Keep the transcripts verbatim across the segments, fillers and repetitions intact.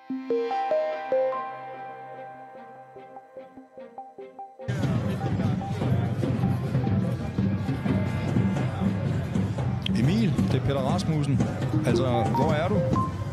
Emil, det er Peter Rasmussen. Altså, hvor er du?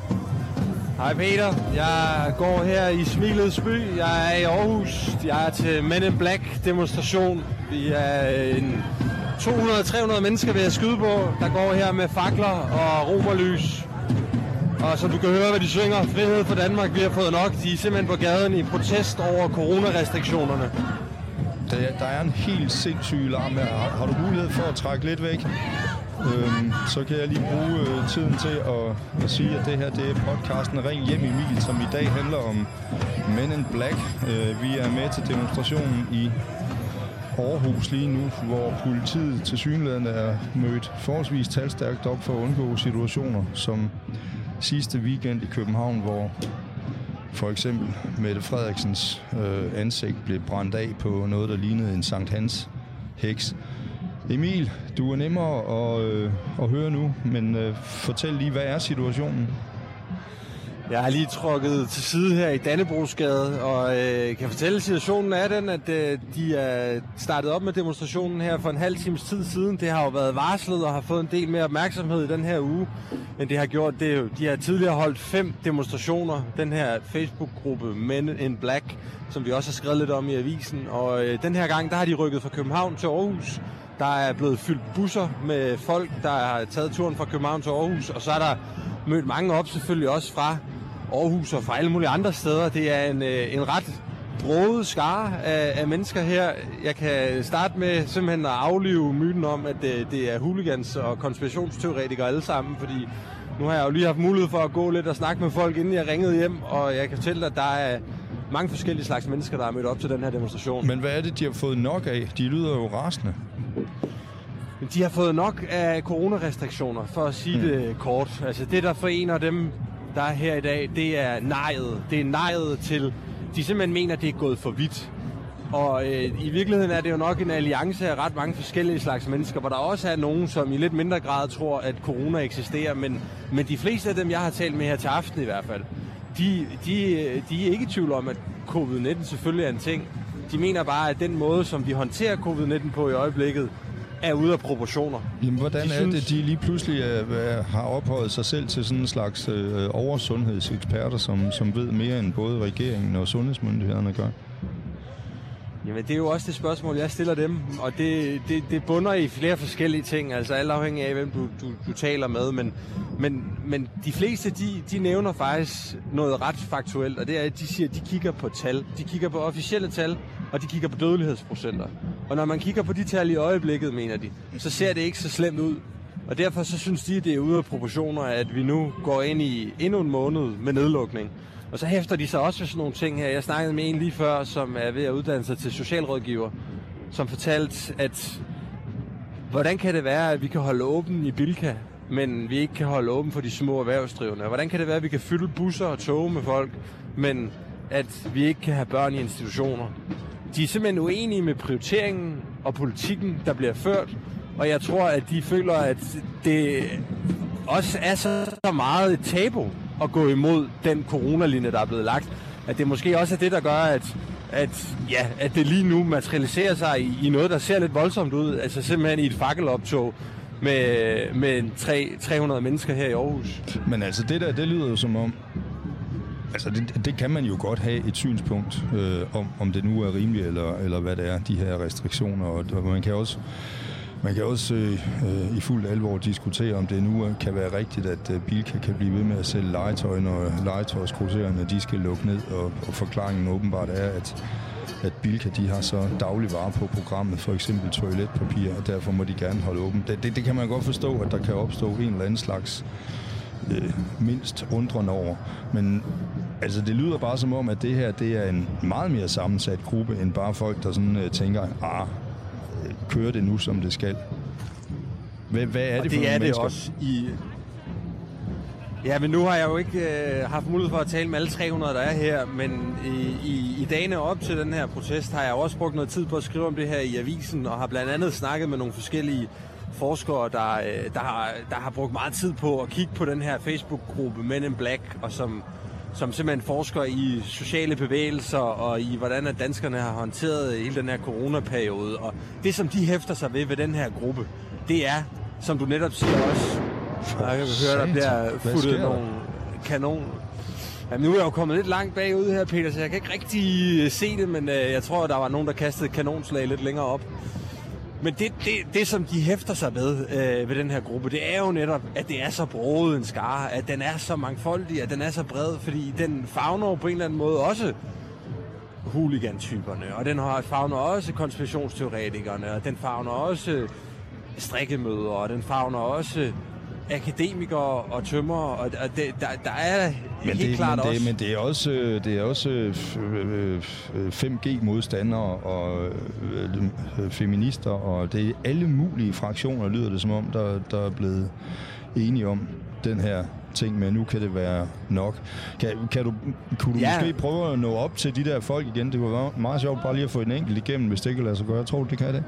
Hej Peter, jeg går her i Smilets by. Jeg er i Aarhus. Jeg er til Men in Black demonstration. Vi er en to hundrede til tre hundrede mennesker ved at skyde på, der går her med fakler og romerlys. Og som du kan høre, hvad de synger, frihed for Danmark, vi har fået nok. De er simpelthen på gaden i protest over coronarestriktionerne. Der, der er en helt sindssyg larm her. Har, har du mulighed for at trække lidt væk? Øhm, så kan jeg lige bruge øh, tiden til at, at sige, at det her det er podcasten Ring Hjem Emil, som i dag handler om Men in Black. Øh, vi er med til demonstrationen i Aarhus lige nu, hvor politiet tilsyneladende er mødt forholdsvis talstærkt op for at undgå situationer som sidste weekend i København, hvor for eksempel Mette Frederiksens øh, ansigt blev brændt af på noget, der lignede en Sankt Hans heks. Emil, du er nemmere at, øh, at høre nu, men øh, fortæl lige, hvad er situationen? Jeg har lige trukket til side her i Dannebrogsgade, og øh, kan fortælle, at situationen er den, at øh, de er startet op med demonstrationen her for en halv times tid siden. Det har jo været varslet og har fået en del mere opmærksomhed i den her uge, men det har gjort det jo. De har tidligere holdt fem demonstrationer, den her Facebook-gruppe Men in Black, som vi også har skrevet lidt om i avisen, og øh, den her gang, der har de rykket fra København til Aarhus. Der er blevet fyldt busser med folk, der har taget turen fra København til Aarhus, og så er der mødt mange op selvfølgelig også fra Aarhus og fra alle mulige andre steder. Det er en, en ret broget skare af, af mennesker her. Jeg kan starte med simpelthen at aflive myten om, at det, det er hooligans og konspirationsteoretikere alle sammen, fordi nu har jeg jo lige haft mulighed for at gå lidt og snakke med folk, inden jeg ringede hjem, og jeg kan fortælle, at der er mange forskellige slags mennesker, der er mødt op til den her demonstration. Men hvad er det, de har fået nok af? De lyder jo rasende. De har fået nok af coronarestriktioner, for at sige mm. det kort. Altså det, der forener dem, der er her i dag, det er nejet. Det er nejet til, de simpelthen mener, det er gået for vidt. Og øh, i virkeligheden er det jo nok en alliance af ret mange forskellige slags mennesker, hvor der også er nogen, som i lidt mindre grad tror, at corona eksisterer. Men, men de fleste af dem, jeg har talt med her til aften i hvert fald, de, de, de er ikke i tvivl om, at covid nitten selvfølgelig er en ting. De mener bare, at den måde, som de håndterer covid nitten på i øjeblikket, er ude af proportioner. Jamen, hvordan de er synes... det, de lige pludselig er, har ophøjet sig selv til sådan en slags øh, oversundhedseksperter, som, som ved mere end både regeringen og sundhedsmyndighederne gør? Jamen, det er jo også det spørgsmål, jeg stiller dem, og det, det, det bunder i flere forskellige ting, altså alt afhængig af, hvem du, du, du taler med, men, men, men de fleste, de, de nævner faktisk noget ret faktuelt, og det er, at de siger, at de kigger på tal. De kigger på officielle tal, og de kigger på dødelighedsprocenter. Og når man kigger på de tal i øjeblikket, mener de, så ser det ikke så slemt ud. Og derfor så synes de, at det er ude af proportioner, at vi nu går ind i endnu en måned med nedlukning. Og så hæfter de sig også ved sådan nogle ting her. Jeg snakkede med en lige før, som er ved at uddanne sig til socialrådgiver, som fortalte, at hvordan kan det være, at vi kan holde åben i Bilka, men vi ikke kan holde åben for de små erhvervsdrivende? Hvordan kan det være, at vi kan fylde busser og tog med folk, men at vi ikke kan have børn i institutioner? De er simpelthen uenige med prioriteringen og politikken, der bliver ført, og jeg tror, at de føler, at det også er så meget et tabu at gå imod den coronalinje, der er blevet lagt, at det måske også er det, der gør, at, at, ja, at det lige nu materialiserer sig i, i noget, der ser lidt voldsomt ud, altså simpelthen i et fakkeloptog med, med tre hundrede mennesker her i Aarhus. Men altså det der, det lyder jo som om, altså det, det kan man jo godt have et synspunkt øh, om, om det nu er rimeligt, eller, eller hvad det er, de her restriktioner, og, og man kan også Man kan også øh, i fuld alvor diskutere, om det nu kan være rigtigt, at øh, Bilka kan blive ved med at sælge legetøj, når legetøjsgrosserierne de skal lukke ned, og, og forklaringen åbenbart er, at, at Bilka de har så dagligvarer på programmet, for eksempel toiletpapir, og derfor må de gerne holde åben. Det, det, det kan man godt forstå, at der kan opstå en eller anden slags øh, mindst undrende over. Men altså, det lyder bare som om, at det her det er en meget mere sammensat gruppe, end bare folk, der sådan øh, tænker, ah, kører det nu, som det skal. Hvad, hvad er det, det for nogle er mennesker? Det også i... Ja, men nu har jeg jo ikke øh, haft mulighed for at tale med alle tre hundrede, der er her, men i, i, i dagene op til den her protest har jeg også brugt noget tid på at skrive om det her i avisen, og har blandt andet snakket med nogle forskellige forskere, der, der, har, der har brugt meget tid på at kigge på den her Facebook-gruppe Men in Black, og som som simpelthen forsker i sociale bevægelser og i, hvordan at danskerne har håndteret hele den her coronaperiode. Og det, som de hæfter sig ved ved den her gruppe, det er, som du netop siger også, og jeg kan høre, der bliver futtet nogle kanon. Jamen, nu er jeg jo kommet lidt langt bagud her, Peter, så jeg kan ikke rigtig se det, men øh, jeg tror, der var nogen, der kastede kanonslag lidt længere op. Men det, det, det som de hæfter sig ved øh, ved den her gruppe, det er jo netop, at det er så broget en skare, at den er så mangfoldig, at den er så bred, fordi den favner jo på en eller anden måde også hooligan-typerne, og den favner også konspirationsteoretikerne, og den favner også strikkemøder, og den favner også akademikere og tømrere, og det, der, der er men helt det, klart men også... Det, men det er også, det er også fem G-modstandere og feminister, og det er alle mulige fraktioner, lyder det som om, der, der er blevet enige om den her ting, men nu kan det være nok. Kan, kan du, kunne du ja. måske prøve at nå op til de der folk igen? Det kunne være meget sjovt bare lige at få en enkelt igennem, hvis det ikke kan lade sig gøre. Jeg tror, det kan det.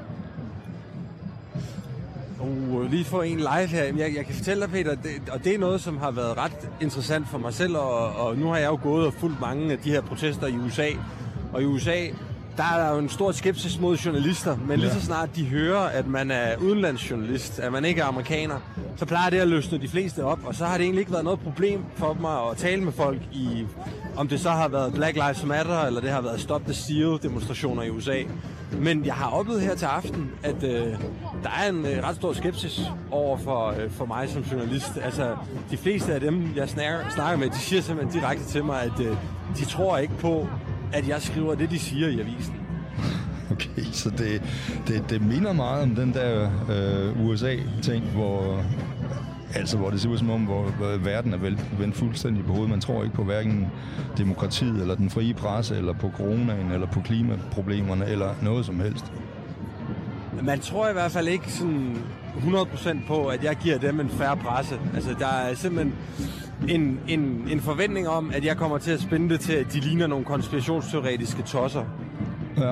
Uh, lige få en live her. Jeg, jeg kan fortælle dig, Peter, det, og det er noget, som har været ret interessant for mig selv, og, og nu har jeg jo gået og fulgt mange af de her protester i U S A. Og i U S A, der er der jo en stor skepsis mod journalister, men ja. lige så snart de hører, at man er udenlandsjournalist, at man ikke er amerikaner, så plejer det at løsne de fleste op, og så har det egentlig ikke været noget problem for dem at tale med folk i, om det så har været Black Lives Matter, eller det har været Stop the Steal demonstrationer i U S A. Men jeg har oplevet her til aften, at øh, der er en øh, ret stor skepsis over for, øh, for mig som journalist. Altså, de fleste af dem, jeg snakker, snakker med, de siger simpelthen direkte til mig, at øh, de tror ikke på, at jeg skriver det, de siger i avisen. Okay, så det, det, det minder meget om den der øh, U S A-ting, hvor, altså, hvor det ser ud som om, hvor, hvor verden er vendt fuldstændig på hovedet. Man tror ikke på hverken demokratiet, eller den frie presse, eller på coronaen, eller på klimaproblemerne, eller noget som helst. Man tror i hvert fald ikke sådan hundrede procent på, at jeg giver dem en fair presse. Altså, der er simpelthen en, en, en forventning om, at jeg kommer til at spænde det til, at de ligner nogle konspirationsteoretiske tosser. Ja.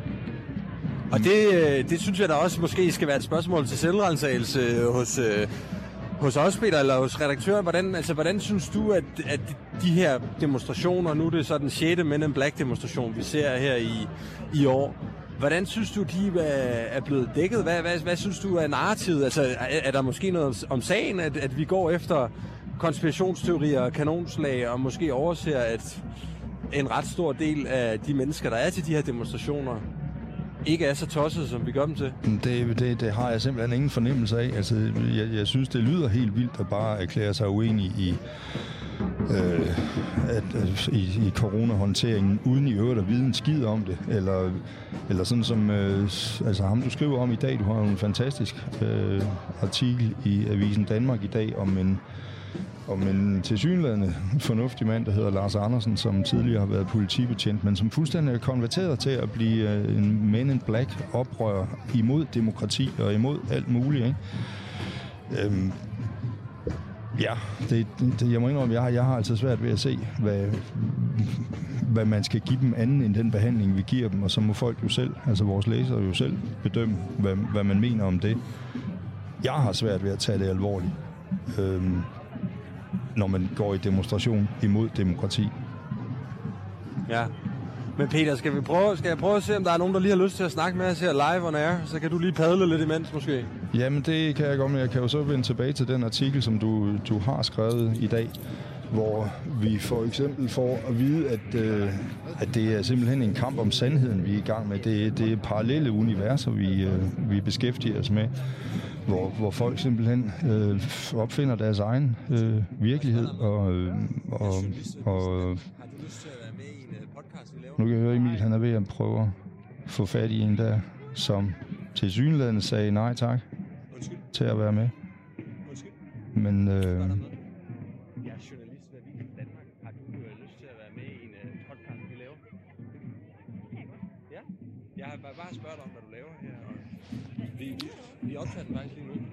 Og det, det synes jeg da også måske skal være et spørgsmål til selvrensagelse hos, hos os, Peter, eller hos redaktøren. Hvordan, altså, hvordan synes du, at, at de her demonstrationer, nu er det så den sjette Men in Black demonstration, vi ser her i, i år, hvordan synes du, de er blevet dækket? Hvad, hvad, hvad synes du er narrativet? Altså, er, er der måske noget om sagen, at, at vi går efter konspirationsteorier og kanonslag, og måske overser, at en ret stor del af de mennesker, der er til de her demonstrationer, ikke er så tosset, som vi gør dem til? Det, det, det har jeg simpelthen ingen fornemmelse af. Altså, jeg, jeg synes, det lyder helt vildt at bare erklære sig uenig i, øh, at, at, i, i coronahåndteringen, uden i øvrigt at vide en skid om det. Eller, eller sådan som øh, altså ham, du skriver om i dag. Du har jo en fantastisk øh, artikel i Avisen Danmark i dag om en om en tilsyneladende fornuftig mand, der hedder Lars Andersen, som tidligere har været politibetjent, men som fuldstændig er konverteret til at blive en Men in Black oprør imod demokrati og imod alt muligt, ikke? Øhm, ja, det, det, jeg må indrømme, jeg har, jeg har altså svært ved at se, hvad, hvad man skal give dem anden end den behandling, vi giver dem, og så må folk jo selv, altså vores læsere jo selv bedømme, hvad, hvad man mener om det. Jeg har svært ved at tage det alvorligt. Øhm, når man går i demonstration imod demokrati. Ja. Men Peter, skal, vi prøve, skal jeg prøve at se, om der er nogen, der lige har lyst til at snakke med os her live on air? Så kan du lige padle lidt imens, måske? Jamen, det kan jeg godt, men jeg kan jo så vende tilbage til den artikel, som du, du har skrevet i dag, hvor vi for eksempel får at vide, at, øh, at det er simpelthen en kamp om sandheden, vi er i gang med. Det, det er parallelle universer, vi, øh, vi beskæftiger os med, hvor, hvor folk simpelthen øh, opfinder deres egen øh, virkelighed. Og, øh, og, og nu kan jeg høre, Emil, han er ved at prøve at få fat i en der, som tilsyneladende sagde nej tak til at være med. Men øh, jeg har bare spurgt om, hvad du laver her, og vi, vi, vi optager den faktisk lige nu.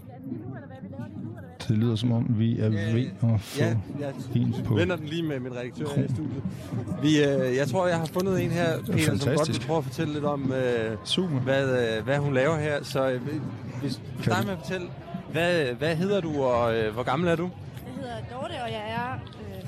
Det lyder som om, vi er ved at få ja, jeg en på. Jeg vender den lige med min redaktør her i studiet. Vi, øh, jeg tror, jeg har fundet en her, Peter, som godt vil prøve at fortælle lidt om, øh, hvad, øh, hvad hun laver her. Så øh, hvis vi starter med at fortælle, hvad, hvad hedder du, og øh, hvor gammel er du? Jeg hedder Dorte, og jeg er... Øh, hvor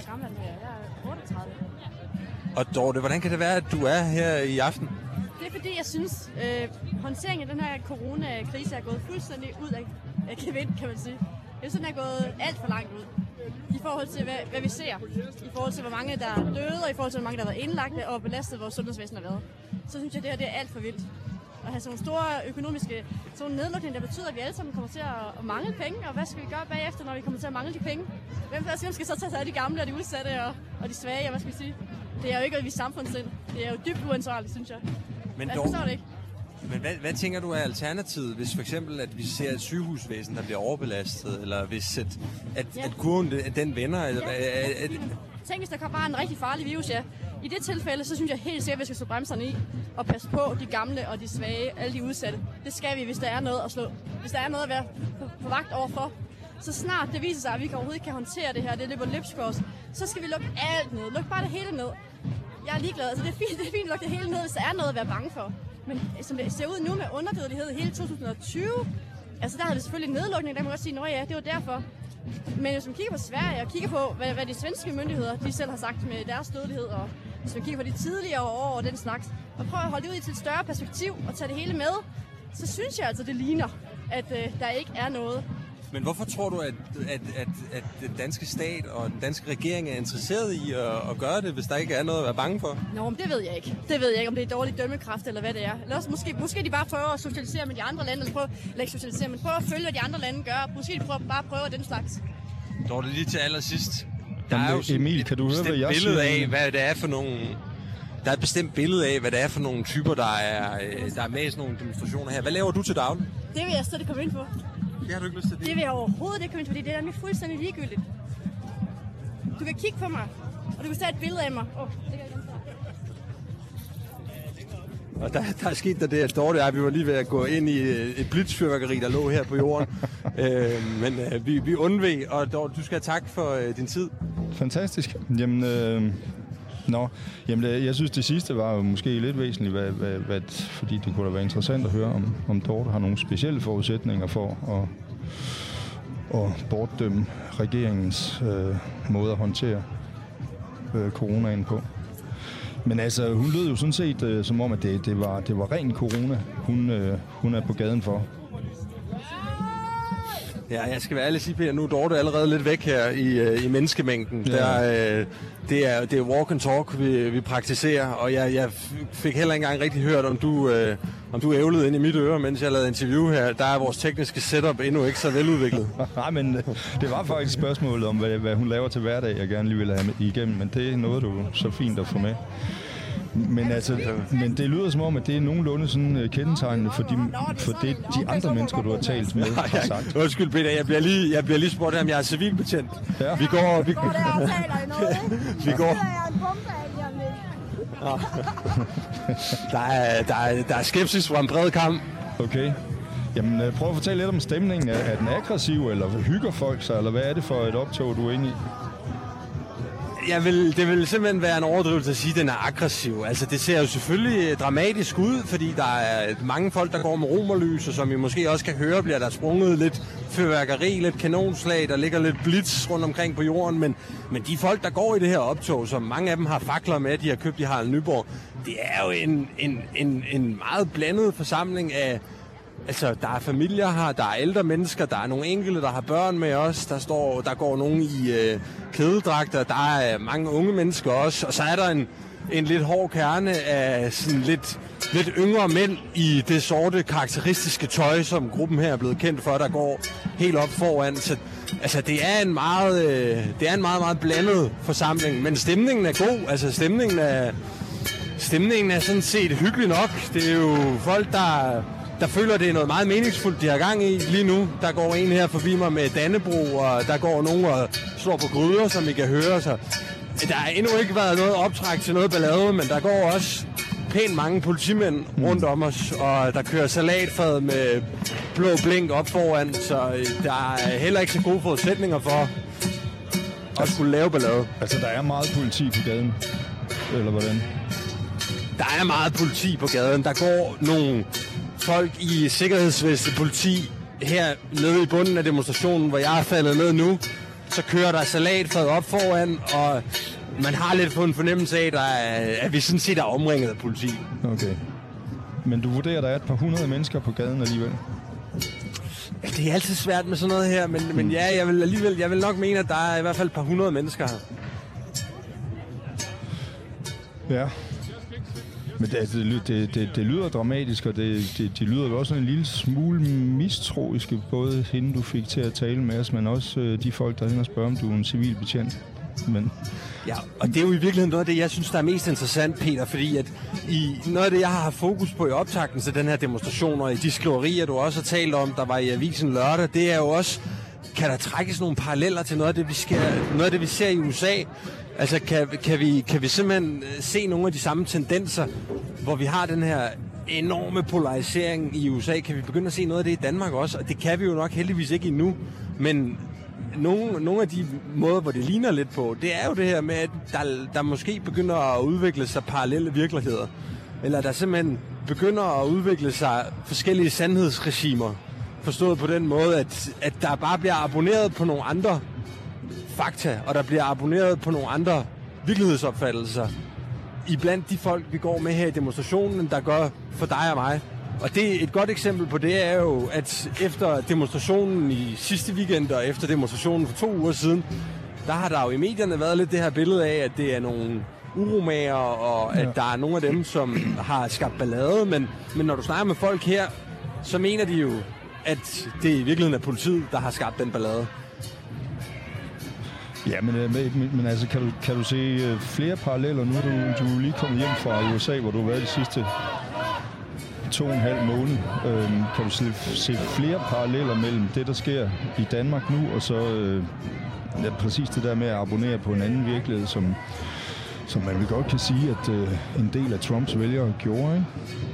gammel er jeg? Jeg er otteogtredive. Og Dorte, hvordan kan det være, at du er her i aften? Det er fordi, jeg synes, øh, håndteringen af den her coronakrise er gået fuldstændig ud af, af gevind, kan man sige. Jeg synes, den er gået alt for langt ud. I forhold til, hvad, hvad vi ser. I forhold til, hvor mange der er døde, og i forhold til, hvor mange der har været indlagte og belastet vores sundhedsvæsen har været. Så synes jeg, det her det er alt for vildt. At have sådan nogle store økonomiske sådan nedlukninger, der betyder, at vi alle sammen kommer til at, at mangle penge. Og hvad skal vi gøre bagefter, når vi kommer til at mangle de penge? Hvem, hvem skal så tage sig af de gamle og de udsatte og, og de svage, og hvad skal vi sige? Det er jo ikke, at vi er samfundssind. Det er jo dybt uansvarligt, synes jeg. Men jeg dog, forstår det ikke. Men hvad, hvad tænker du er alternativet, hvis for eksempel, at vi ser et sygehusvæsen, der bliver overbelastet, eller hvis at, at, Ja. at kurven at den vender? Eller, Ja. at, at, Tænk, hvis der kommer bare en rigtig farlig virus, ja. I det tilfælde, så synes jeg helt sikkert, at vi skal slå bremserne i og passe på de gamle og de svage, alle de udsatte. Det skal vi, hvis der er noget at slå. Hvis der er noget at være på, på vagt overfor. Så snart det viser sig, at vi overhovedet ikke kan håndtere det her, det løber løbskors, så skal vi lukke alt ned. Luk bare det hele ned. Jeg er ligeglad. Altså, det er fint, det er fint at lukke det hele ned, hvis der er noget at være bange for. Men som det ser ud nu med underdødelighed hele to tusind og tyve, altså der havde vi selvfølgelig en nedlukning, der kan man godt sige, at ja, det var derfor. Men hvis man kigger på Sverige og kigger på, hvad, hvad de svenske myndigheder de selv har sagt med deres dødelighed, og hvis man kigger på de tidligere år og den slags, og prøver at holde det ud i til et større perspektiv og tage det hele med, så synes jeg altså, det ligner, at øh, der ikke er noget. Men hvorfor tror du, at, at, at, at den danske stat og den danske regering er interesseret i at, at gøre det, hvis der ikke er noget at være bange for? Nå, men det ved jeg ikke. Det ved jeg ikke, om det er dårlig dømmekraft eller hvad det er. Eller også måske, måske de bare prøver at socialisere med de andre lande, eller prøve, eller ikke socialisere, men prøve at følge, hvad de andre lande gør. Måske de prøver, bare prøver den slags. Dorte, lige til allersidst. Der Jamen, er jo sådan Emil, et kan du høre, bestemt hvad jeg billede siger? af, hvad det er for nogle... Der er et bestemt billede af, hvad det er for nogle typer, der er, øh, der er med i sådan nogle demonstrationer her. Hvad laver du til daglig? Det vil jeg slet ikke komme ind på. Det har du ikke lyst til Det vil jeg overhovedet ikke komme ind på, fordi det er nemlig fuldstændig ligegyldigt. Du kan kigge på mig, og du kan tage et billede af mig. Åh, oh, det kan jeg igen. Og der, der er sket der det, at Dorte og jeg, vi var lige ved at gå ind i et blitzfyrværkeri, der lå her på jorden. øh, men øh, vi, vi undveg, og Dorte, du skal have tak for øh, din tid. Fantastisk. Jamen, øh, nå, jamen, øh, jeg synes, det sidste var jo måske lidt væsentligt, hvad, hvad, hvad, fordi det kunne da være interessant at høre, om, om Dorte har nogle specielle forudsætninger for at, at bortdømme regeringens øh, måde at håndtere øh, coronaen på. Men altså, hun lød jo sådan set øh, som om, at det, det, var, det var ren corona, hun, øh, hun er på gaden for. Ja, jeg skal være ærlig at sige, Peter, nu er Dorte allerede lidt væk her i, øh, i menneskemængden. Ja. Der, øh, det, er, det er walk and talk, vi, vi praktiserer, og jeg, jeg fik heller ikke engang rigtig hørt, om du, øh, om du ævlede ind i mit øre, mens jeg lavede interview her. Der er vores tekniske setup endnu ikke så veludviklet. Nej, men øh, det var faktisk spørgsmålet om, hvad, hvad hun laver til hverdag, jeg gerne lige ville have med igennem, men det er noget, du så fint at få med. Men, altså, men det lyder som om, at det er nogenlunde sådan uh, kendetegnende for, de, for det, de andre mennesker, du har talt med, har sagt. Undskyld, Peter, jeg bliver lige, jeg bliver lige spurgt her, om jeg er civilbetjent. Ja. Vi går... Vi, går der og taler i noget, ikke? vi går... Så er jeg en pumpe af lige der, er, der, er, der er skepsis fra en bred kamp. Okay. Jamen, uh, prøv at fortælle lidt om stemningen. Er, er den aggressiv, eller hygger folk sig, eller hvad er det for et optog, du er inde i? Jeg vil, det vil simpelthen være en overdrivelse at sige, at den er aggressiv. Altså, det ser jo selvfølgelig dramatisk ud, fordi der er mange folk, der går med romerlys, og som I måske også kan høre, bliver der sprunget lidt fyrværkeri, lidt kanonslag, der ligger lidt blitz rundt omkring på jorden. Men, men de folk, der går i det her optog, som mange af dem har fakler med, de har købt i Harald Nyborg, det er jo en, en, en, en meget blandet forsamling af... Altså, der er familier her, der er ældre mennesker, der er nogle enkelte, der har børn med os, der, står, der går nogen i øh, kædedragter, der er mange unge mennesker også, og så er der en, en lidt hård kerne af sådan lidt, lidt yngre mænd i det sorte, karakteristiske tøj, som gruppen her er blevet kendt for, der går helt op foran. Så altså, det er en meget, øh, det er en meget, meget blandet forsamling, men stemningen er god, altså stemningen er, stemningen er sådan set hyggelig nok. Det er jo folk, der... der føler, det er noget meget meningsfuldt, de har gang i lige nu. Der går en her forbi mig med Dannebro, og der går nogen og slår på gryder, som I kan høre. Så der har endnu ikke været noget optræk til noget ballade, men der går også pænt mange politimænd rundt om os, og der kører salatfad med blå blink op foran, så der er heller ikke så gode forudsætninger for at skulle lave ballade. Altså, der er meget politi på gaden, eller hvordan? Der er meget politi på gaden. Der går nogle folk i sikkerhedsvæsenet politi her nede i bunden af demonstrationen, hvor jeg er faldet ned nu. så kører der salatfad op foran, og man har lidt fået en fornemmelse af, at, der er, at vi sådan set er omringet af politi. Okay. Men du vurderer, at der er et par hundrede mennesker på gaden alligevel? Ja, det er altid svært med sådan noget her, men, mm. men ja, jeg vil alligevel, jeg vil nok mene, at der er i hvert fald et par hundrede mennesker her. Ja. Men det, det, det, det, det lyder dramatisk, og det, det, det lyder jo også en lille smule mistroiske, både hende, du fik til at tale med os, men også øh, de folk, der er hen og spørger, om du er en civil betjent. Men... Ja, og det er jo i virkeligheden noget af det, jeg synes, der er mest interessant, Peter, fordi at i noget af det, jeg har haft fokus på i optakten til den her demonstration, og i de skriverier, du også har talt om, der var i avisen lørdag, det er jo også, kan der trækkes nogle paralleller til noget af det, vi, skal, noget af det, vi ser i U S A? Altså, kan, kan, vi, kan vi simpelthen se nogle af de samme tendenser, hvor vi har den her enorme polarisering i U S A? Kan vi begynde at se noget af det i Danmark også? Og det kan vi jo nok heldigvis ikke endnu, men nogle, nogle af de måder, hvor det ligner lidt på, det er jo det her med, at der, der måske begynder at udvikle sig parallelle virkeligheder. Eller der simpelthen begynder at udvikle sig forskellige sandhedsregimer. Forstået på den måde, at, at der bare bliver abonneret på nogle andre fakta, og der bliver abonneret på nogle andre virkelighedsopfattelser iblandt de folk, vi går med her i demonstrationen, der gør for dig og mig. Og det et godt eksempel på det er jo, at efter demonstrationen i sidste weekend og efter demonstrationen for to uger siden, der har der jo i medierne været lidt det her billede af, at det er nogle uromager, og at ja. der er nogle af dem, som har skabt ballade. Men, men når du snakker med folk her, så mener de jo, at det i virkeligheden er politiet, der har skabt den ballade. Ja, men, men, men altså, kan du, kan du se flere paralleller? Nu er du, du er lige kommet hjem fra U S A, hvor du har været de sidste to og en halv måned. Øhm, kan du se, se flere paralleller mellem det, der sker i Danmark nu, og så øh, ja, præcis det der med at abonnere på en anden virkelighed, som, som man vel godt kan sige, at øh, en del af Trumps vælgere gjorde, ikke?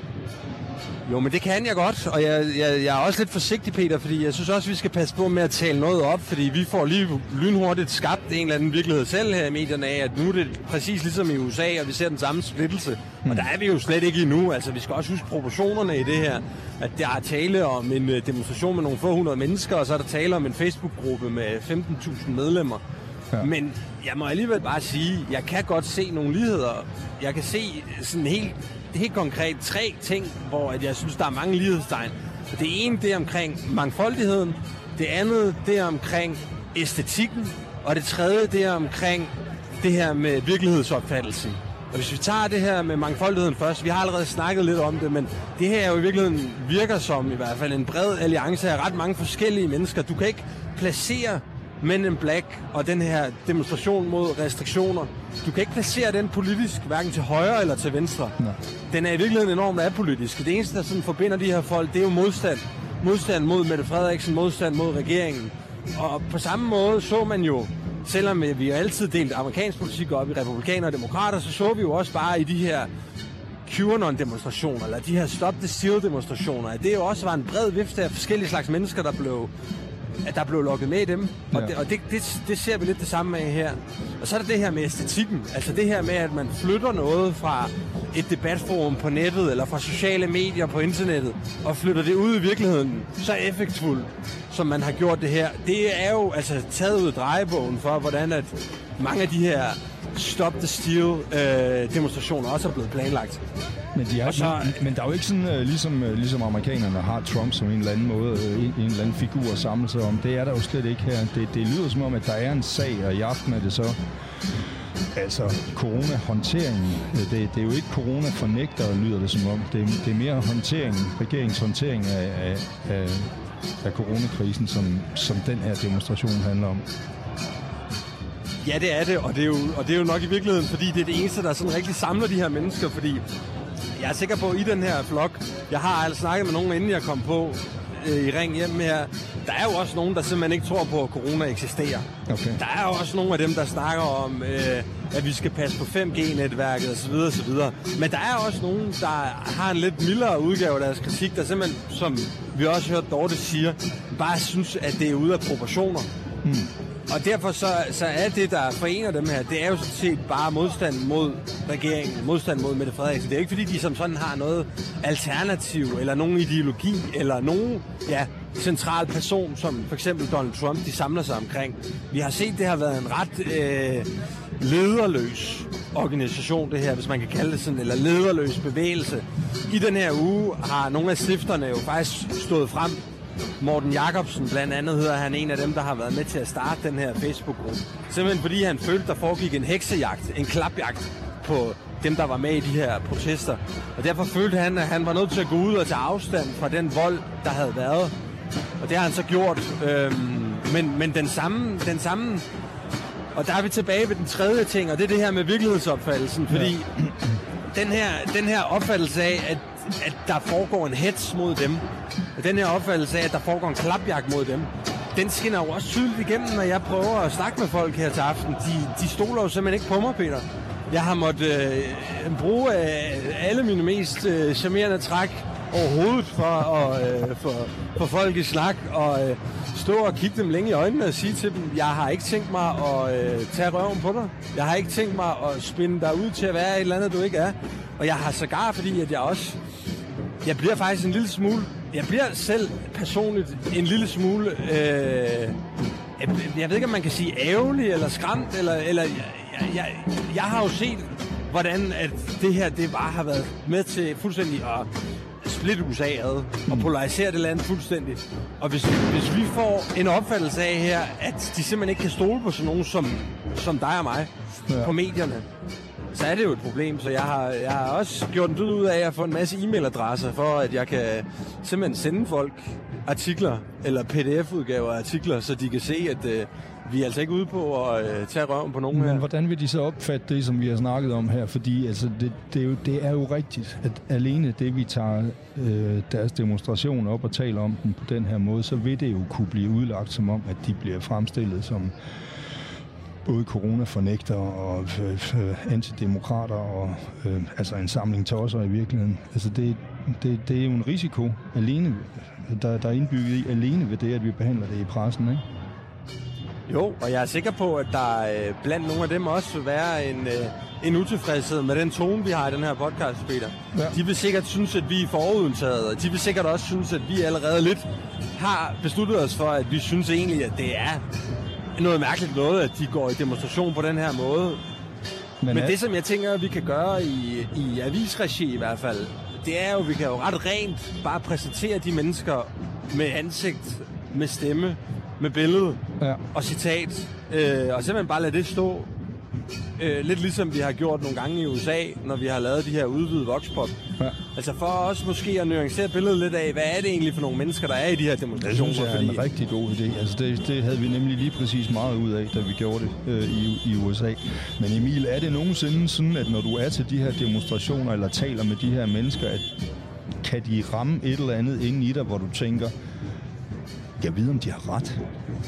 Jo, men det kan jeg godt, og jeg, jeg, jeg er også lidt forsigtig, Peter, fordi jeg synes også, vi skal passe på med at tale noget op, fordi vi får lige lynhurtigt skabt en eller anden virkelighed selv her i medierne af, at nu er det præcis ligesom i U S A, og vi ser den samme splittelse. Mm. Og der er vi jo slet ikke endnu. Altså, vi skal også huske proportionerne i det her, at der er tale om en demonstration med nogle få hundrede mennesker, og så er der tale om en Facebook-gruppe med femten tusind medlemmer. Ja. Men jeg må alligevel bare sige, jeg kan godt se nogle ligheder. Jeg kan se sådan helt... helt konkret tre ting, hvor at jeg synes, der er mange lighedstegn. Det ene, det er omkring mangfoldigheden. Det andet, det er omkring æstetikken. Og det tredje, det er omkring det her med virkelighedsopfattelsen. Og hvis vi tager det her med mangfoldigheden først, vi har allerede snakket lidt om det, men det her jo i virkeligheden virker som i hvert fald en bred alliance af ret mange forskellige mennesker. Du kan ikke placere Men in Black og den her demonstration mod restriktioner. Du kan ikke placere den politisk, hverken til højre eller til venstre. Nej. Den er i virkeligheden enormt apolitisk. Det eneste, der sådan forbinder de her folk, det er jo modstand. Modstand mod Mette Frederiksen, modstand mod regeringen. Og på samme måde så man jo, selvom vi jo altid delt amerikansk politik op i republikaner og demokrater, så så vi jo også bare i de her QAnon-demonstrationer, eller de her Stop the Steal-demonstrationer, at det jo også var en bred vifte af forskellige slags mennesker, der blev at der blev lukket med i dem, og, ja. det, og det, det, det ser vi lidt det samme af her. Og så er der det her med æstetikken, altså det her med, at man flytter noget fra et debatforum på nettet, eller fra sociale medier på internettet, og flytter det ud i virkeligheden så effektfuldt, som man har gjort det her. Det er jo altså taget ud af drejebogen for, hvordan at mange af de her Stop the Steal øh, demonstrationer også er blevet planlagt. Men, de er, så, men, men der er jo ikke sådan, uh, ligesom, uh, ligesom amerikanerne har Trump som en eller anden måde, uh, en, en eller anden figur at samle sig om. Det er der jo slet ikke her. Det, det lyder som om, at der er en sag, og i aften er det så altså corona-håndteringen. Det, det er jo ikke corona-fornægter, lyder det som om. Det, det er mere håndteringen, regeringens håndtering af, af, af, af coronakrisen, som, som den her demonstration handler om. Ja, det er det, og det er, jo, og det er jo nok i virkeligheden, fordi det er det eneste, der sådan rigtig samler de her mennesker, fordi jeg er sikker på, at i den her flok, jeg har altså snakket med nogen, inden jeg kom på øh, i Ring hjem her, der er jo også nogen, der simpelthen ikke tror på, at corona eksisterer. Okay. Der er jo også nogle af dem, der snakker om, øh, at vi skal passe på fem G-netværket osv. osv. Men der er også nogen, der har en lidt mildere udgave af deres kritik, der simpelthen, som vi også hørt Dorte siger, bare synes, at det er ude af proportioner. Hmm. Og derfor så, så er det, der forener dem her, det er jo sådan set bare modstand mod regeringen, modstand mod Mette Frederiksen. Det er jo ikke, fordi de som sådan har noget alternativ, eller nogen ideologi, eller nogen, ja, central person, som for eksempel Donald Trump, de samler sig omkring. Vi har set, det har været en ret øh, lederløs organisation, det her, hvis man kan kalde det sådan, eller lederløs bevægelse. I den her uge har nogle af stifterne jo faktisk stået frem. Morten Jacobsen blandt andet hedder han en af dem, der har været med til at starte den her Facebook-gruppe. Simpelthen fordi han følte, der foregik en heksejagt, en klapjagt på dem, der var med i de her protester. Og derfor følte han, at han var nødt til at gå ud og tage afstand fra den vold, der havde været. Og det har han så gjort. Øhm, men, men den samme, den samme... Og der er vi tilbage ved den tredje ting, og det er det her med virkelighedsopfattelsen. Fordi ja. den, her, den her opfattelse af, at, at der foregår en hets mod dem, og den her opfattelse af, at der foregår en klapjagt mod dem, den skinner jo også tydeligt igennem, når jeg prøver at snakke med folk her til aften. De, de stoler jo simpelthen ikke på mig, Peter. Jeg har måttet øh, bruge øh, alle mine mest øh, charmerende træk overhovedet for at øh, få, få folk i snak og øh, stå og kigge dem længe i øjnene og sige til dem, jeg har ikke tænkt mig at øh, tage røven på dig. Jeg har ikke tænkt mig at spinde dig ud til at være et eller andet, du ikke er. Og jeg har sågar, fordi at jeg også... Jeg bliver faktisk en lille smule... Jeg bliver selv personligt en lille smule... Øh, jeg, jeg ved ikke, om man kan sige ærgerlig eller skræmt, eller... eller jeg, jeg, jeg har jo set, hvordan at det her det bare har været med til fuldstændig at splitte U S A ad og polarisere det land fuldstændig. Og hvis, hvis vi får en opfattelse af her, at de simpelthen ikke kan stole på sådan nogen som, som dig og mig ja. på medierne, så er det jo et problem. Så jeg har, jeg har også gjort en dyd ud af at få en masse e-mailadresser, for at jeg kan simpelthen sende folk artikler, eller P D F-udgaver af artikler, så de kan se, at øh, vi er altså ikke ude på at øh, tage røven på nogen her. Men hvordan vil de så opfatte det, som vi har snakket om her? Fordi altså, det, det, er jo, det er jo rigtigt, at alene det, vi tager øh, deres demonstration op og taler om den på den her måde, så vil det jo kunne blive udlagt som om, at de bliver fremstillet som både coronafornægter og øh, antidemokrater og øh, altså en samling tosser i virkeligheden. Altså det, det, det er jo en risiko alene, der, der er indbygget i alene ved det, at vi behandler det i pressen, ikke? Jo, og jeg er sikker på, at der øh, blandt nogle af dem også vil være en, øh, en utilfredshed med den tone, vi har i den her podcast, Peter. Ja. De vil sikkert synes, at vi er forudtaget, og de vil sikkert også synes, at vi allerede lidt har besluttet os for, at vi synes egentlig, at det er noget mærkeligt noget, at de går i demonstration på den her måde. Men, Men det, som jeg tænker, at vi kan gøre i, i avisregi i hvert fald, det er jo, at vi kan jo ret rent bare præsentere de mennesker med ansigt, med stemme, med billede ja. og citat, øh, og simpelthen bare lade det stå. Øh, lidt ligesom vi har gjort nogle gange i U S A, når vi har lavet de her udvidede voxpop. Ja. Altså for os måske at nuancere billedet lidt af, hvad er det egentlig for nogle mennesker, der er i de her demonstrationer? Det synes jeg er en rigtig god idé. Altså det, det havde vi nemlig lige præcis meget ud af, da vi gjorde det øh, i, i U S A. Men Emil, er det nogensinde sådan, at når du er til de her demonstrationer, eller taler med de her mennesker, at kan de ramme et eller andet inde i dig, hvor du tænker, jeg ved, om de har ret?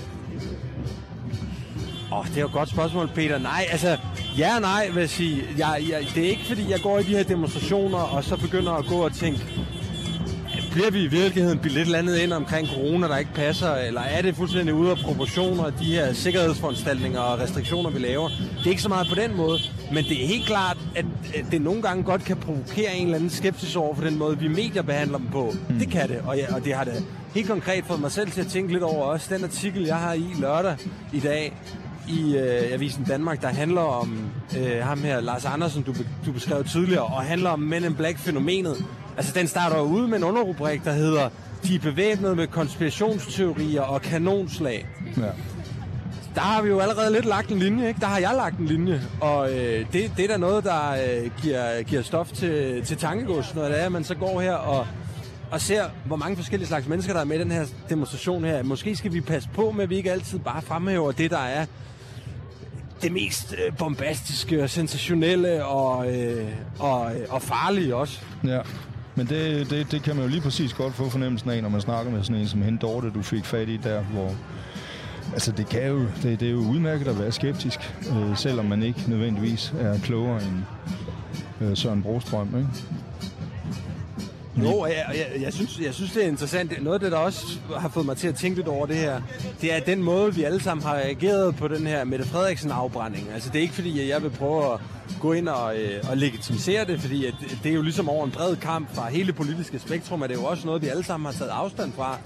Åh, oh, det er jo et godt spørgsmål, Peter. Nej, altså, ja og nej, vil jeg sige. Jeg, jeg, det er ikke, fordi jeg går i de her demonstrationer, og så begynder at gå og tænke, bliver vi i virkeligheden bildet et eller andet ind omkring corona, der ikke passer, eller er det fuldstændig ude af proportioner, de her sikkerhedsforanstaltninger og restriktioner, vi laver? Det er ikke så meget på den måde, men det er helt klart, at det nogle gange godt kan provokere en eller anden skepsis over for den måde, vi medier behandler dem på. Mm. Det kan det, og, ja, og det har det helt konkret fået mig selv til at tænke lidt over også. Den artikel, jeg har i lørdag i dag, i øh, Avisen Danmark, der handler om øh, ham her, Lars Andersen, du, du beskrev tidligere, og handler om Men in Black-fænomenet. Altså, den starter ud med en underrubrik, der hedder De er bevæbnet med konspirationsteorier og kanonslag. Ja. Der har vi jo allerede lidt lagt en linje, ikke? Der har jeg lagt en linje, og øh, det, det er da noget, der øh, giver, giver stof til, til tankegods, når det er, at man så går her og, og ser, hvor mange forskellige slags mennesker, der er med i den her demonstration her. Måske skal vi passe på med, at vi ikke altid bare fremhæver det, der er det mest øh, bombastiske og sensationelle og, øh, og, og farlige også. Ja, men det, det, det kan man jo lige præcis godt få fornemmelsen af, når man snakker med sådan en som hende Dorte, du fik fat i der, hvor altså det kan jo, det, det er jo udmærket at være skeptisk, øh, selvom man ikke nødvendigvis er klogere end øh, Søren Brostrøm, ikke? Jo, og jeg, jeg, jeg, synes, jeg synes, det er interessant. Noget af det, der også har fået mig til at tænke lidt over det her, det er den måde, vi alle sammen har reageret på den her Mette Frederiksen-afbrænding. Altså, det er ikke fordi, at jeg vil prøve at gå ind og, øh, og legitimisere det, fordi at det er jo ligesom over en bred kamp fra hele politiske spektrum, og det er jo også noget, vi alle sammen har taget afstand fra.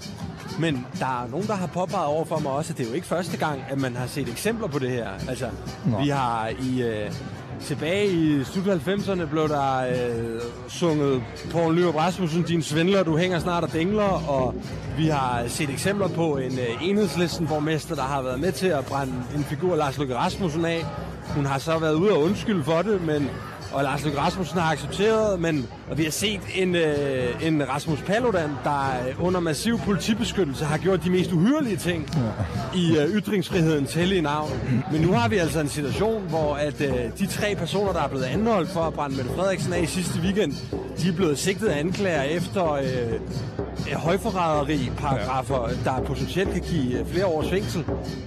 Men der er nogen, der har påpeget over for mig også, at det er jo ikke første gang, at man har set eksempler på det her. Altså, Nå. vi har i... Øh, tilbage i slut halvfemserne blev der øh, sunget Poul Nyrup Rasmussen, din svindler, du hænger snart og dingler, og vi har set eksempler på en øh, enhedslisten-borgmester, der har været med til at brænde en figur Lars Løkke Rasmussen af. Hun har så været ude og undskylde for det, men og Lars Løkke Rasmussen har accepteret, men og vi har set en, øh, en Rasmus Paludan, der under massiv politibeskyttelse har gjort de mest uhyrlige ting ja. i øh, ytringsfrihedens hellige navn. Men nu har vi altså en situation, hvor at øh, de tre personer, der er blevet anholdt for at brænde Mette Frederiksen af i sidste weekend, de er blevet sigtet af anklager efter øh, øh, højforræderi-paragrafer, der potentielt kan give flere års fængsel.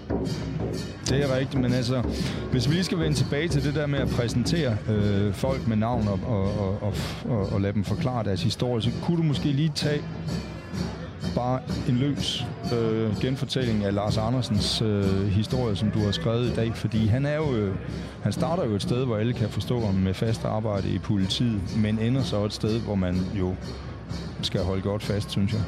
Det er rigtigt, men altså, hvis vi lige skal vende tilbage til det der med at præsentere øh, folk med navn og, og, og, og, og, og lade dem forklare deres historie, så kunne du måske lige tage bare en løs øh, genfortælling af Lars Andersens øh, historie, som du har skrevet i dag, fordi han er jo, øh, han starter jo et sted, hvor alle kan forstå ham med fast arbejde i politiet, men ender så et sted, hvor man jo skal holde godt fast, synes jeg.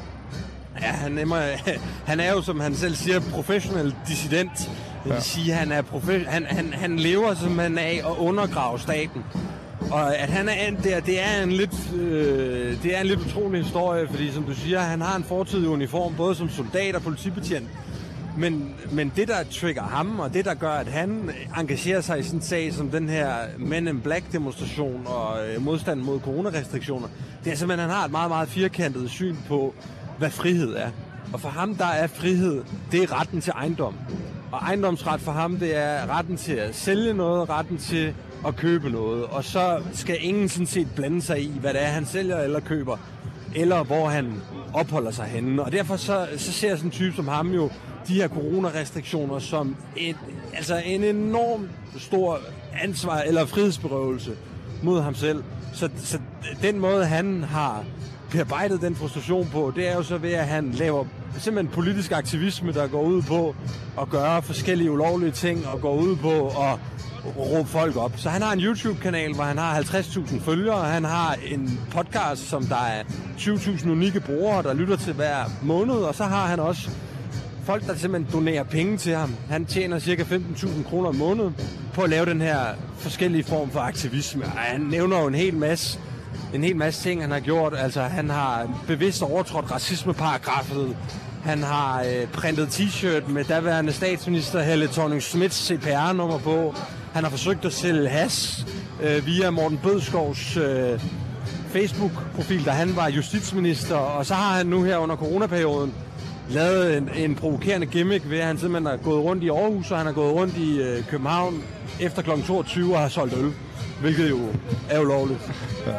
Ja, han er, han er jo, som han selv siger, professionel dissident. Det vil ja. sige, han er profe- han, han, han lever simpelthen af at undergrave staten. Og at han er endt der, det er en lidt, øh, det er en lidt utrolig historie, fordi som du siger, han har en fortid i uniform, både som soldat og politibetjent. Men, men det, der trigger ham, og det, der gør, at han engagerer sig i sådan en sag som den her Men in Black-demonstration og øh, modstand mod coronarestriktioner, det er simpelthen, at han har et meget, meget firkantet syn på, hvad frihed er. Og for ham, der er frihed, det er retten til ejendom. Og ejendomsret for ham, det er retten til at sælge noget, retten til at købe noget. Og så skal ingen sådan set blande sig i, hvad det er, han sælger eller køber, eller hvor han opholder sig henne. Og derfor så, så ser sådan en type som ham jo de her coronarestriktioner som et, altså en enorm stor ansvar eller frihedsberøvelse mod ham selv. Så, så den måde, han har bearbejdet den frustration på, det er jo så ved, at han laver simpelthen politisk aktivisme, der går ud på at gøre forskellige ulovlige ting og går ud på at råbe folk op. Så han har en YouTube-kanal, hvor han har halvtreds tusind følgere, han har en podcast, som der er tyve tusind unikke brugere, der lytter til hver måned, og så har han også folk, der simpelthen donerer penge til ham. Han tjener cirka femten tusind kroner om måneden på at lave den her forskellige form for aktivisme. Og han nævner jo en hel masse en hel masse ting, han har gjort. Altså, han har bevidst overtrådt racismeparagraffet. Han har øh, printet t-shirt med daværende statsminister Helle Thorning-Schmidts C P R-nummer på. Han har forsøgt at sælge hash øh, via Morten Bødskovs øh, Facebook-profil, da han var justitsminister. Og så har han nu her under coronaperioden lavet en, en provokerende gimmick ved, at han simpelthen har gået rundt i Aarhus, og han har gået rundt i øh, København efter klokken toogtyve og har solgt øl. Hvilket jo er ulovligt. Ja.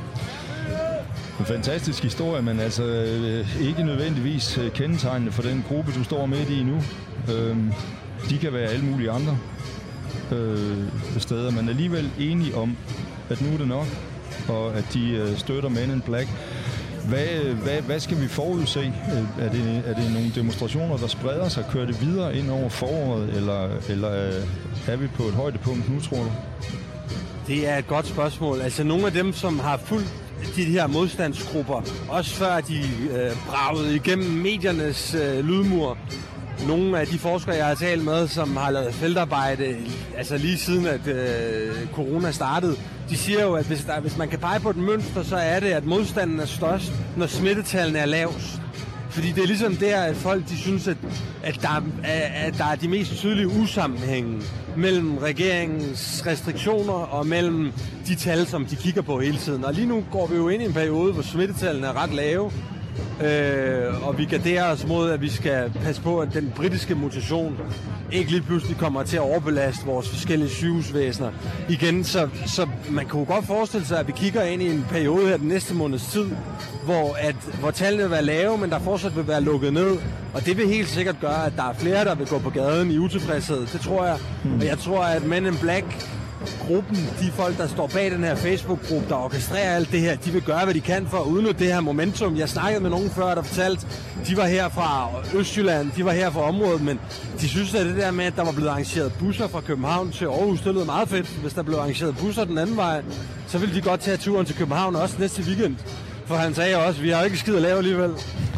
En fantastisk historie, men altså øh, ikke nødvendigvis kendetegnende for den gruppe, du står midt i nu. Øh, de kan være alle mulige andre øh, steder, men alligevel enige om, at nu er det nok, og at de øh, støtter Men in Black. Hvad, hvad, hvad skal vi forudse? Er det, er det nogle demonstrationer, der spreder sig? Kører det videre ind over foråret, eller, eller er vi på et højdepunkt nu, tror du? Det er et godt spørgsmål. Altså nogle af dem, som har fulgt de her modstandsgrupper, også før de øh, bragede igennem mediernes øh, lydmur. Nogle af de forskere, jeg har talt med, som har lavet feltarbejde, altså lige siden at øh, corona startede, de siger jo, at hvis, der, hvis man kan pege på et mønster, så er det, at modstanden er størst, når smittetallene er lavest. Fordi det er ligesom der, at folk de synes, at, at, der, at der er de mest tydelige usammenhænge mellem regeringens restriktioner og mellem de tal, som de kigger på hele tiden. Og lige nu går vi jo ind i en periode, hvor smittetallene er ret lave, øh, og vi garderer os mod, at vi skal passe på, at den britiske mutation ikke lige pludselig kommer til at overbelaste vores forskellige sygehusvæsener igen. Så, så man kunne godt forestille sig, at vi kigger ind i en periode her den næste måneds tid, hvor, at, hvor tallene vil være lave, men der fortsat vil være lukket ned. Og det vil helt sikkert gøre, at der er flere, der vil gå på gaden i utilfredshed. Det tror jeg. Og jeg tror, at Men in Black gruppen, de folk, der står bag den her Facebook-gruppe, der orkestrerer alt det her, de vil gøre, hvad de kan for at udnytte det her momentum. Jeg snakkede med nogen før, der fortalte, de var her fra Østjylland, de var her fra området, men de synes, at det der med, at der var blevet arrangeret busser fra København til Aarhus, det lød meget fedt. Hvis der blev arrangeret busser den anden vej, så ville de godt tage turen til København også næste weekend. For han sagde også, at vi har ikke skid at lave alligevel.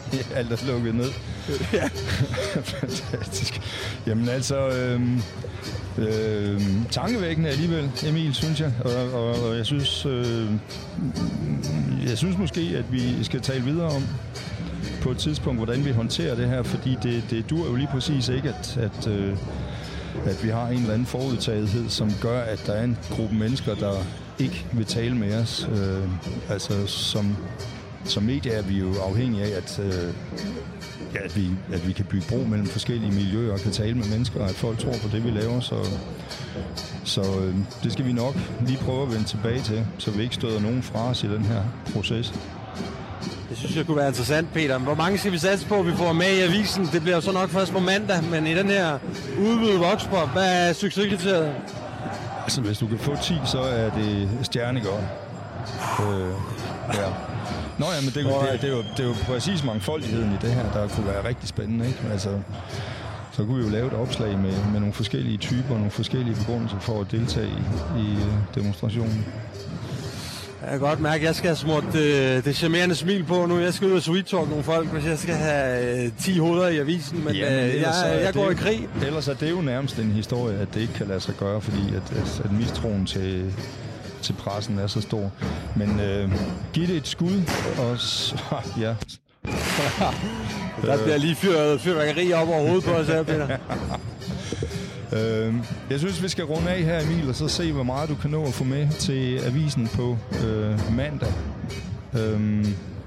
alt er lukket ned. Ja. Fantastisk. Jamen altså, øh, øh, tankevækkende alligevel, Emil, synes jeg. Og, og, og jeg synes, øh, jeg synes måske, at vi skal tale videre om på et tidspunkt, hvordan vi håndterer det her, fordi det, det dur jo lige præcis ikke, at, at, øh, at vi har en eller anden forudtagethed, som gør, at der er en gruppe mennesker, der ikke vil tale med os. Øh, altså, som, som medier er vi jo afhængige af, at, øh, ja, at, vi, at vi kan bygge bro mellem forskellige miljøer og kan tale med mennesker, og at folk tror på det, vi laver. Så, så øh, det skal vi nok lige prøve at vende tilbage til, så vi ikke støder nogen fra os i den her proces. Det synes jeg kunne være interessant, Peter. Hvor mange skal vi satse på, at vi får med i avisen? Det bliver jo så nok først på mandag, men i den her udvidede voxpop, hvad er succeskriteriet? Altså, hvis du kan få ti, så er det stjernegodt. Øh, ja. Nå ja, men det, det, det, det, er jo, det er jo præcis mangfoldigheden i det her, der kunne være rigtig spændende, ikke? Altså, så kunne vi jo lave et opslag med, med nogle forskellige typer, nogle forskellige begrundelser for at deltage i, i demonstrationen. Jeg kan godt mærke, at jeg skal have smurt det, det charmerende smil på nu. Jeg skal ud og sweet-talk nogle folk, hvis jeg skal have øh, ti hoveder i avisen, men ja, øh, jeg, jeg går jo, i krig. Ellers er det jo nærmest en historie, at det ikke kan lade sig gøre, fordi at, at, at mistroen til, til pressen er så stor. Men øh, giv det et skud, og så, ja. Der bliver lige fyret fyrværkeri op over hovedet på os her, Peter. Øh, jeg synes, vi skal runde af her, Emil, og så se, hvor meget du kan nå at få med til avisen på øh, mandag. Øh,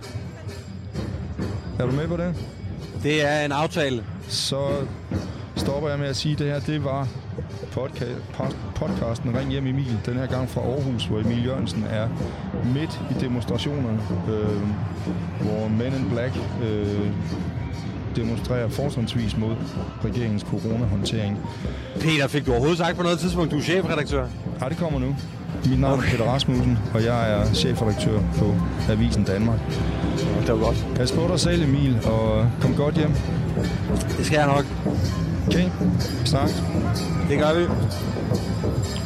er du med på det? Det er en aftale. Så stopper jeg med at sige, at det her, det var podcast, podcasten Ring Hjem Emil, den her gang fra Aarhus, hvor Emil Jørgensen er midt i demonstrationerne, øh, hvor Men in Black øh, demonstrerer fortrinsvis mod regeringens coronahåndtering. Peter, fik du overhovedet sagt på noget tidspunkt, du er chefredaktør? Ja, det kommer nu. Mit navn okay. er Peter Rasmussen, og jeg er chefredaktør på Avisen Danmark. Det var godt. Pas på dig selv, Emil, og kom godt hjem. Det skal jeg nok. Okay, snart. Det gør vi.